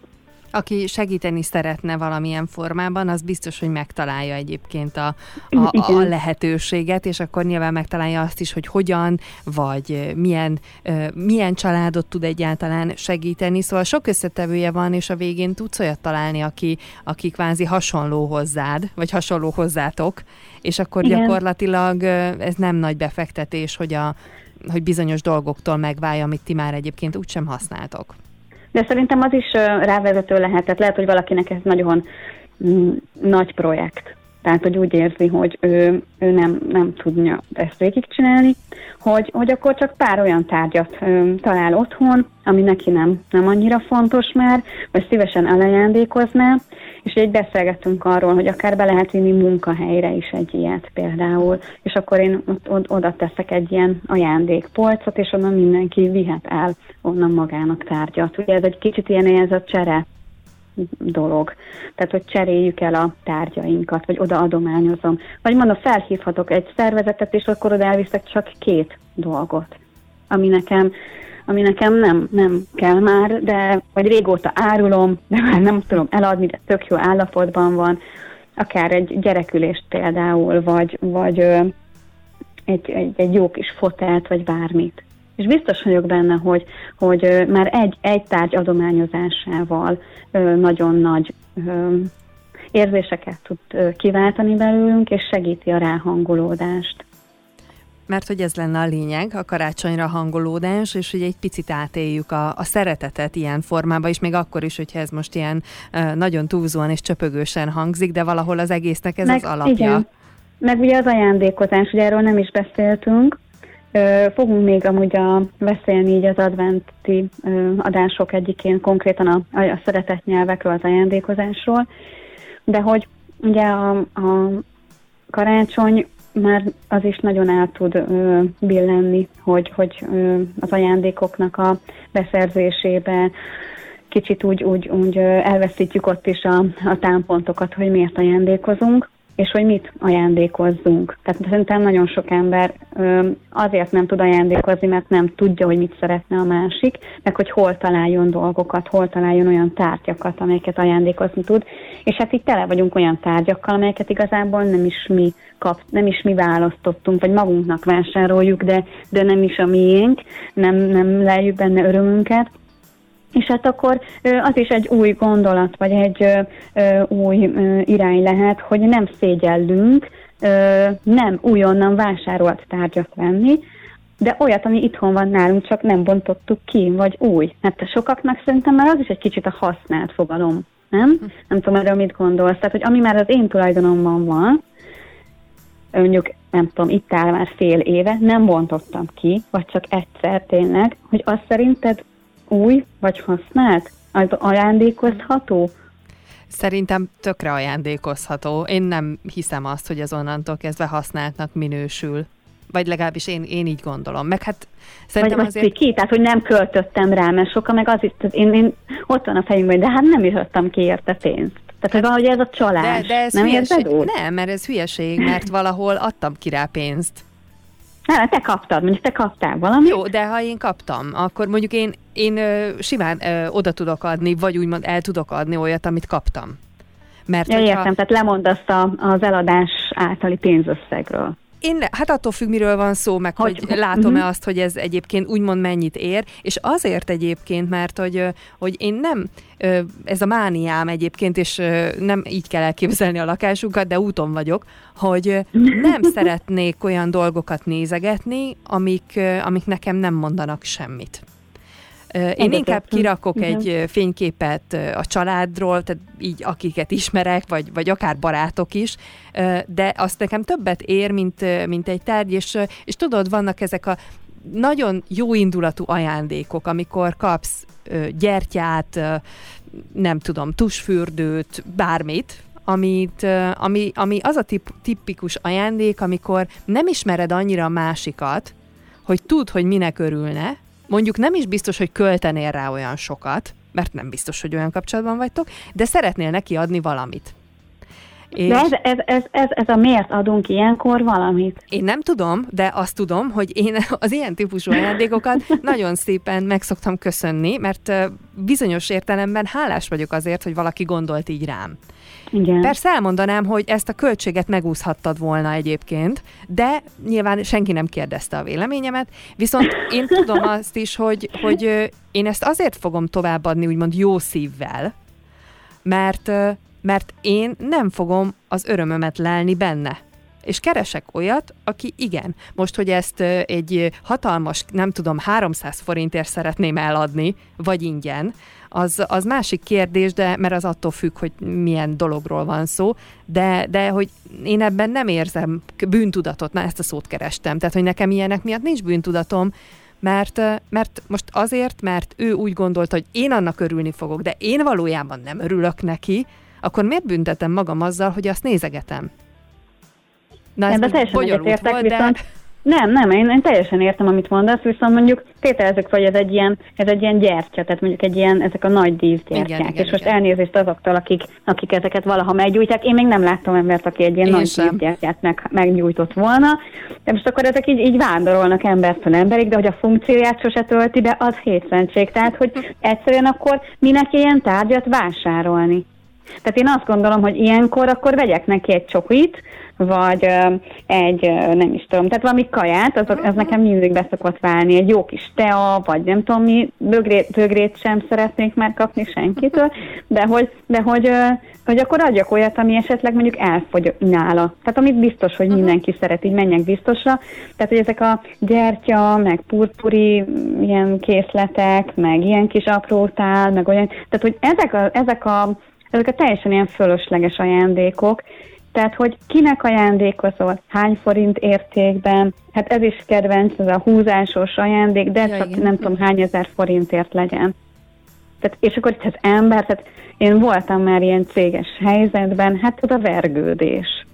Aki segíteni szeretne valamilyen formában, az biztos, hogy megtalálja egyébként a, a, a lehetőséget, és akkor nyilván megtalálja azt is, hogy hogyan, vagy milyen, milyen családot tud egyáltalán segíteni. Szóval sok összetevője van, és a végén tudsz olyat találni, aki, aki kvázi hasonló hozzád, vagy hasonló hozzátok, és akkor igen, gyakorlatilag ez nem nagy befektetés, hogy, a, hogy bizonyos dolgoktól megválja, amit ti már egyébként úgysem használtok. De szerintem az is rávezető lehet, tehát lehet, hogy valakinek ez nagyon mm, nagy projekt. Tehát, hogy úgy érzi, hogy ő, ő nem, nem tudja ezt végigcsinálni, hogy, hogy akkor csak pár olyan tárgyat ö, talál otthon, ami neki nem, nem annyira fontos már, vagy szívesen elajándékozná, és így beszélgettünk arról, hogy akár be lehet vinni munkahelyre is egy ilyet például, és akkor én ott, oda teszek egy ilyen ajándékpolcot, és onnan mindenki vihet el onnan magának tárgyat. Ugye ez egy kicsit ilyen ez a csere dolog. Tehát, hogy cseréljük el a tárgyainkat, vagy oda adományozom. Vagy mondom, felhívhatok egy szervezetet, és akkor oda elviszek csak két dolgot, ami nekem, ami nekem nem, nem kell már, de vagy régóta árulom, de már nem tudom eladni, de tök jó állapotban van. Akár egy gyerekülést például, vagy, vagy ö, egy, egy, egy jó kis fotelt, vagy bármit. És biztos vagyok benne, hogy, hogy már egy, egy tárgy adományozásával nagyon nagy érzéseket tud kiváltani belőlünk, és segíti a ráhangolódást. Mert hogy ez lenne a lényeg, a karácsonyra hangolódás, és hogy egy picit átéljük a, a szeretetet ilyen formában is, még akkor is, hogyha ez most ilyen nagyon túlzóan és csöpögősen hangzik, de valahol az egésznek ez meg, az alapja. Igen. Meg ugye az ajándékozás, ugye erről nem is beszéltünk. Fogunk még amúgy a, beszélni így az adventi adások egyikén konkrétan a, a szeretetnyelvekről, az ajándékozásról, de hogy ugye a, a karácsony már az is nagyon el tud ö, billenni, hogy, hogy ö, az ajándékoknak a beszerzésébe kicsit úgy, úgy, úgy elveszítjük ott is a, a támpontokat, hogy miért ajándékozunk, és hogy mit ajándékozzunk. Tehát szerintem nagyon sok ember ö, azért nem tud ajándékozni, mert nem tudja, hogy mit szeretne a másik, meg hogy hol találjon dolgokat, hol találjon olyan tárgyakat, amelyeket ajándékozni tud. És hát így tele vagyunk olyan tárgyakkal, amelyeket igazából nem is mi kap, nem is mi választottunk, vagy magunknak vásároljuk, de, de nem is a miénk, nem, nem leljük benne örömünket. És hát akkor az is egy új gondolat, vagy egy új irány lehet, hogy nem szégyellünk, nem újonnan vásárolt tárgyat venni, de olyat, ami itthon van nálunk, csak nem bontottuk ki, vagy új. Hát sokaknak szerintem már az is egy kicsit a használt fogalom, nem? Nem tudom, erről mit gondolsz. Tehát, hogy ami már az én tulajdonomban van, mondjuk, nem tudom, itt áll már fél éve, nem bontottam ki, vagy csak egyszer tényleg, hogy azt szerinted új vagy használt? Az ajándékozható? Szerintem tökre ajándékozható. Én nem hiszem azt, hogy ez onnantól kezdve használtnak minősül. Vagy legalábbis én, én így gondolom. Meg hát szerintem vagy azért... ki, tehát hogy nem költöttem rá, mert sokan meg az is, én, én ott van a fejünkben, de hát nem is adtam ki érte pénzt. Tehát, hogy valahogy ez a csalás. De, de ez nem hülyeség. érzed úgy? Nem, mert ez hülyeség, mert valahol adtam ki rá pénzt. Nem, te kaptad, mondjuk te kaptál valamit. Jó, de ha én kaptam, akkor mondjuk én, én ö, simán ö, oda tudok adni, vagy úgymond el tudok adni olyat, amit kaptam. Mert ja, hogyha... értem, tehát lemondasz a, az eladás általi pénzösszegről. Én, hát attól függ, miről van szó, meg hogy, hogy látom-e uh-huh. azt, hogy ez egyébként úgymond mennyit ér, és azért egyébként, mert hogy, hogy én nem, ez a mániám egyébként, és nem így kell elképzelni a lakásunkat, de úton vagyok, hogy nem szeretnék olyan dolgokat nézegetni, amik, amik nekem nem mondanak semmit. Én inkább kirakok egy fényképet a családról, tehát így akiket ismerek, vagy, vagy akár barátok is, de azt nekem többet ér, mint, mint egy tárgy, és, és tudod, vannak ezek a nagyon jó indulatú ajándékok, amikor kapsz gyertyát, nem tudom, tusfürdőt, bármit, amit, ami, ami az a tip, tipikus ajándék, amikor nem ismered annyira a másikat, hogy tudd, hogy minek örülne. Mondjuk nem is biztos, hogy költenél rá olyan sokat, mert nem biztos, hogy olyan kapcsolatban vagytok, de szeretnél neki adni valamit. És de ez, ez, ez, ez, ez a miért adunk ilyenkor valamit? Én nem tudom, de azt tudom, hogy én az ilyen típusú ajándékokat nagyon szépen meg szoktam köszönni, mert bizonyos értelemben hálás vagyok azért, hogy valaki gondolt így rám. Igen. Persze elmondanám, hogy ezt a költséget megúszhattad volna egyébként, de nyilván senki nem kérdezte a véleményemet, viszont én tudom azt is, hogy, hogy én ezt azért fogom továbbadni, úgymond jó szívvel, mert, mert én nem fogom az örömömet lelni benne. És keresek olyat, aki igen. Most, hogy ezt egy hatalmas, nem tudom, háromszáz forintért szeretném eladni, vagy ingyen, az, az másik kérdés, de mert az attól függ, hogy milyen dologról van szó, de, de hogy én ebben nem érzem bűntudatot, na ezt a szót kerestem, tehát hogy nekem ilyenek miatt nincs bűntudatom, mert, mert most azért, mert ő úgy gondolta, hogy én annak örülni fogok, de én valójában nem örülök neki, akkor miért büntetem magam azzal, hogy azt nézegetem? Na, ez bonyolult volt, viszont... de... Nem, nem, én, én teljesen értem, amit mondasz, viszont mondjuk tételezzük, hogy ez egy ilyen, ez egy ilyen gyertya, tehát mondjuk egy ilyen, ezek a nagy díszgyertyák, igen, és igen, most igen. Elnézést azoktól, akik, akik ezeket valaha meggyújtják. Én még nem láttam embert, aki egy ilyen én nagy díszgyertyát meg, meggyújtott volna, de most akkor ezek így, így vándorolnak embertől emberig, de hogy a funkcióját sose tölti be, az hétszentség. Tehát, hogy egyszerűen akkor minek ilyen tárgyat vásárolni? Tehát én azt gondolom, hogy ilyenkor akkor vegyek neki egy csokit, vagy uh, egy, uh, nem is tudom, tehát valami kaját, az, az nekem mindig be szokott válni, egy jó kis tea, vagy nem tudom mi, bögrét, bögrét sem szeretnék már kapni senkitől, de hogy, de hogy, uh, hogy akkor adjak olyat, ami esetleg mondjuk elfogy nála. Tehát amit biztos, hogy mindenki szeret, így menjek biztosra. Tehát, hogy ezek a gyertya, meg purpuri ilyen készletek, meg ilyen kis aprótál, meg olyan, tehát, hogy ezek a, ezek a, ezek a teljesen ilyen fölösleges ajándékok. Tehát, hogy kinek ajándékozol, hány forint értékben, hát ez is kedvenc, ez a húzásos ajándék, de ja, csak igen. Nem tudom hány ezer forintért legyen. Tehát, és akkor itt az ember, tehát én voltam már ilyen céges helyzetben, hát oda vergődés.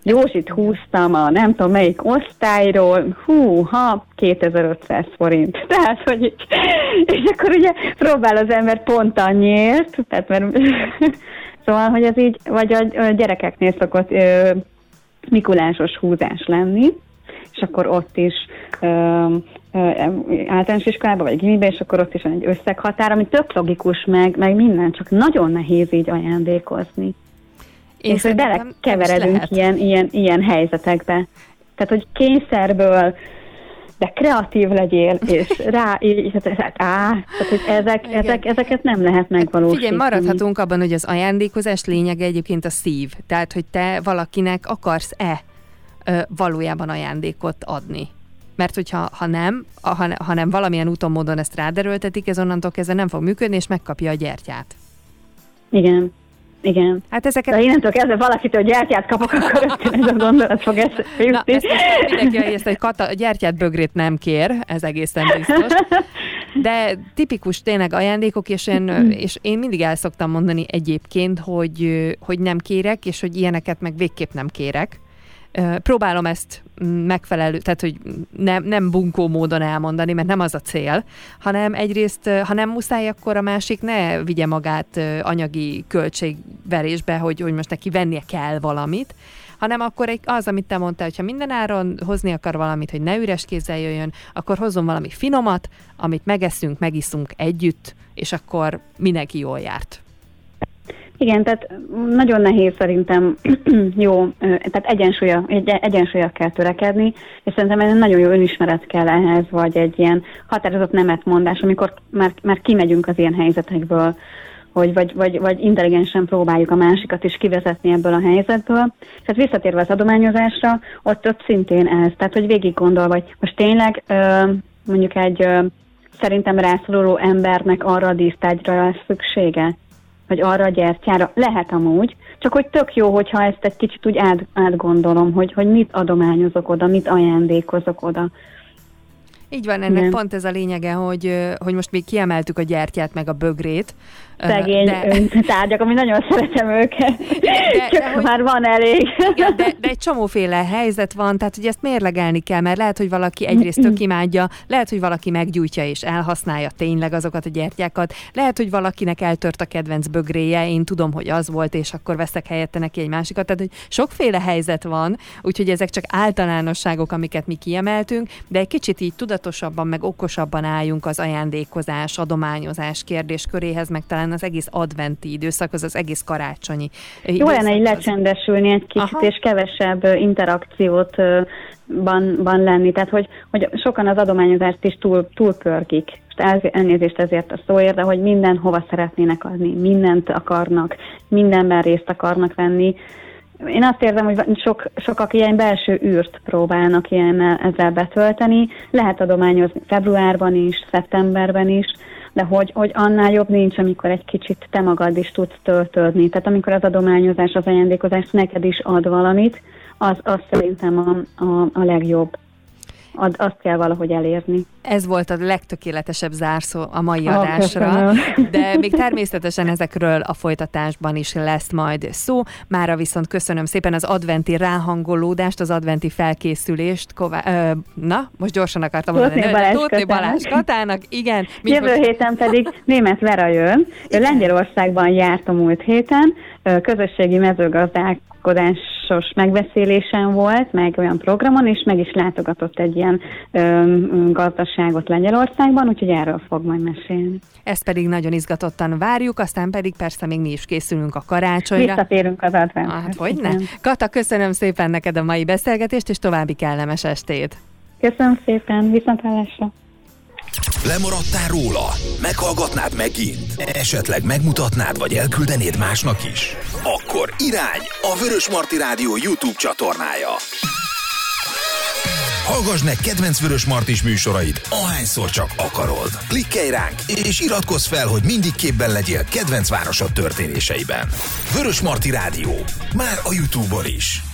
Józsit húztam a nem tudom melyik osztályról, húha, kétezer-ötszáz forint. Tehát, hogy így, és akkor ugye próbál az ember pont annyiért, tehát mert szóval, hogy ez így, vagy a gyerekeknél szokott ö, mikulásos húzás lenni, és akkor ott is ö, ö, általános iskolában, vagy gimiben, és akkor ott is van egy összeghatár, ami tök logikus, meg, meg minden, csak nagyon nehéz így ajándékozni. Én és hogy belekeveredünk ilyen, ilyen, ilyen helyzetekbe. Tehát, hogy kényszerből, de kreatív legyél, és rá, így, tehát, á, tehát hogy ezek, ezek, ezeket nem lehet megvalósítani. Figyelj, maradhatunk abban, hogy az ajándékozás lényege egyébként a szív. Tehát, hogy te valakinek akarsz-e ö, valójában ajándékot adni. Mert hogyha ha nem, ha, ha nem valamilyen úton, módon ezt ráderőltetik, ez onnantól kezdve nem fog működni, és megkapja a gyertyát. Igen. Igen. Hát ezeket... De innentől kezdve valakitől gyertyát kapok, akkor ötven ez a gondolat fog eszbe jutni. Na, ezt most mindenki, hogy ezt egy kata, gyertyát bögrét nem kér, ez egészen biztos. De tipikus tényleg ajándékok, és én, és én mindig el szoktam mondani egyébként, hogy, hogy nem kérek, és hogy ilyeneket meg végképp nem kérek. Próbálom ezt megfelelő, tehát hogy nem, nem bunkó módon elmondani, mert nem az a cél, hanem egyrészt, ha nem muszáj, akkor a másik ne vigye magát anyagi költségverésbe, hogy, hogy most neki vennie kell valamit, hanem akkor az, amit te mondtál, hogyha minden áron hozni akar valamit, hogy ne üres kézzel jöjjön, akkor hozzon valami finomat, amit megeszünk, megiszunk együtt, és akkor mindenki jól járt. Igen, tehát nagyon nehéz szerintem jó, tehát egyensúlya, egy, egyensúlya kell törekedni, és szerintem egy nagyon jó önismeret kell ehhez, vagy egy ilyen határozott nemetmondás, amikor már, már kimegyünk az ilyen helyzetekből, hogy vagy, vagy, vagy intelligensen próbáljuk a másikat is kivezetni ebből a helyzetből. Tehát visszatérve az adományozásra, ott, ott szintén ez, tehát hogy végig gondol, vagy most tényleg mondjuk egy szerintem rászoruló embernek arra a dísztárgyra lesz szüksége, vagy arra a gyertyára. Lehet amúgy, csak hogy tök jó, hogyha ezt egy kicsit úgy át, átgondolom, hogy, hogy mit adományozok oda, mit ajándékozok oda. Így van, ennek nem. Pont ez a lényege, hogy, hogy most még kiemeltük a gyertyát meg a bögrét. Szegény de... tárgyak, ami nagyon szeretem őket. De, Csak de, hogy... már van elég. Igen, de, de egy csomóféle helyzet van, tehát hogy ezt mérlegelni kell, mert lehet, hogy valaki egyrészt tök imádja, lehet, hogy valaki meggyújtja és elhasználja tényleg azokat a gyertyákat, lehet, hogy valakinek eltört a kedvenc bögréje, én tudom, hogy az volt, és akkor veszek helyette neki egy másikat, tehát hogy sokféle helyzet van, úgyhogy ezek csak általánosságok, amiket mi kiemeltünk, de egy kicsit így tudatosabban, meg okosabban álljunk az ajándékozás, adományozás kérdésköréhez, meg talán az egész adventi időszak, az az egész karácsonyi Jó lenne így lecsendesülni egy kicsit, aha, és kevesebb interakciót ban, ban lenni. Tehát, hogy, hogy sokan az adományozást is túl, túlpörgik. Elnézést ezért a szóért, de hogy mindenhova szeretnének adni, mindent akarnak, mindenben részt akarnak venni. Én azt érzem, hogy sok, sokak ilyen belső űrt próbálnak ilyen ezzel betölteni. Lehet adományozni februárban is, szeptemberben is, de hogy, hogy annál jobb nincs, amikor egy kicsit te magad is tudsz töltődni. Tehát amikor az adományozás, az ajándékozás neked is ad valamit, az, az szerintem a, a, a legjobb. Ad, azt kell valahogy elérni. Ez volt a legtökéletesebb zárszó a mai oh, adásra, köszönöm. De még természetesen ezekről a folytatásban is lesz majd szó. Mára viszont köszönöm szépen az adventi ráhangolódást, az adventi felkészülést. Ková- ö, na, most gyorsan akartam mondani. Tóth Balázs, Tóth Balázs Katának, igen. Jövő most... héten pedig Németh Vera jön. Ő Lengyelországban járt a múlt héten, közösségi mezőgazdálkodásos megbeszélésen volt, meg olyan programon, és meg is látogatott egy ilyen ö, gazdaságot Lengyelországban, úgyhogy erről fog majd mesélni. Ezt pedig nagyon izgatottan várjuk, aztán pedig persze még mi is készülünk a karácsonyra. Visszatérünk az adventhez. Hát hogyne? Kata, köszönöm szépen neked a mai beszélgetést, és további kellemes estét. Köszönöm szépen, viszontlátásra. Lemaradtál róla? Meghallgatnád megint? Esetleg megmutatnád, vagy elküldenéd másnak is? Akkor irány a Vörösmarty Rádió YouTube csatornája. Hallgass meg kedvenc Vörösmartys műsorait, ahányszor csak akarod. Klikkelj ránk, és iratkozz fel, hogy mindig képben legyél kedvenc városod történéseiben. Vörösmarty Rádió. Már a YouTube-on is.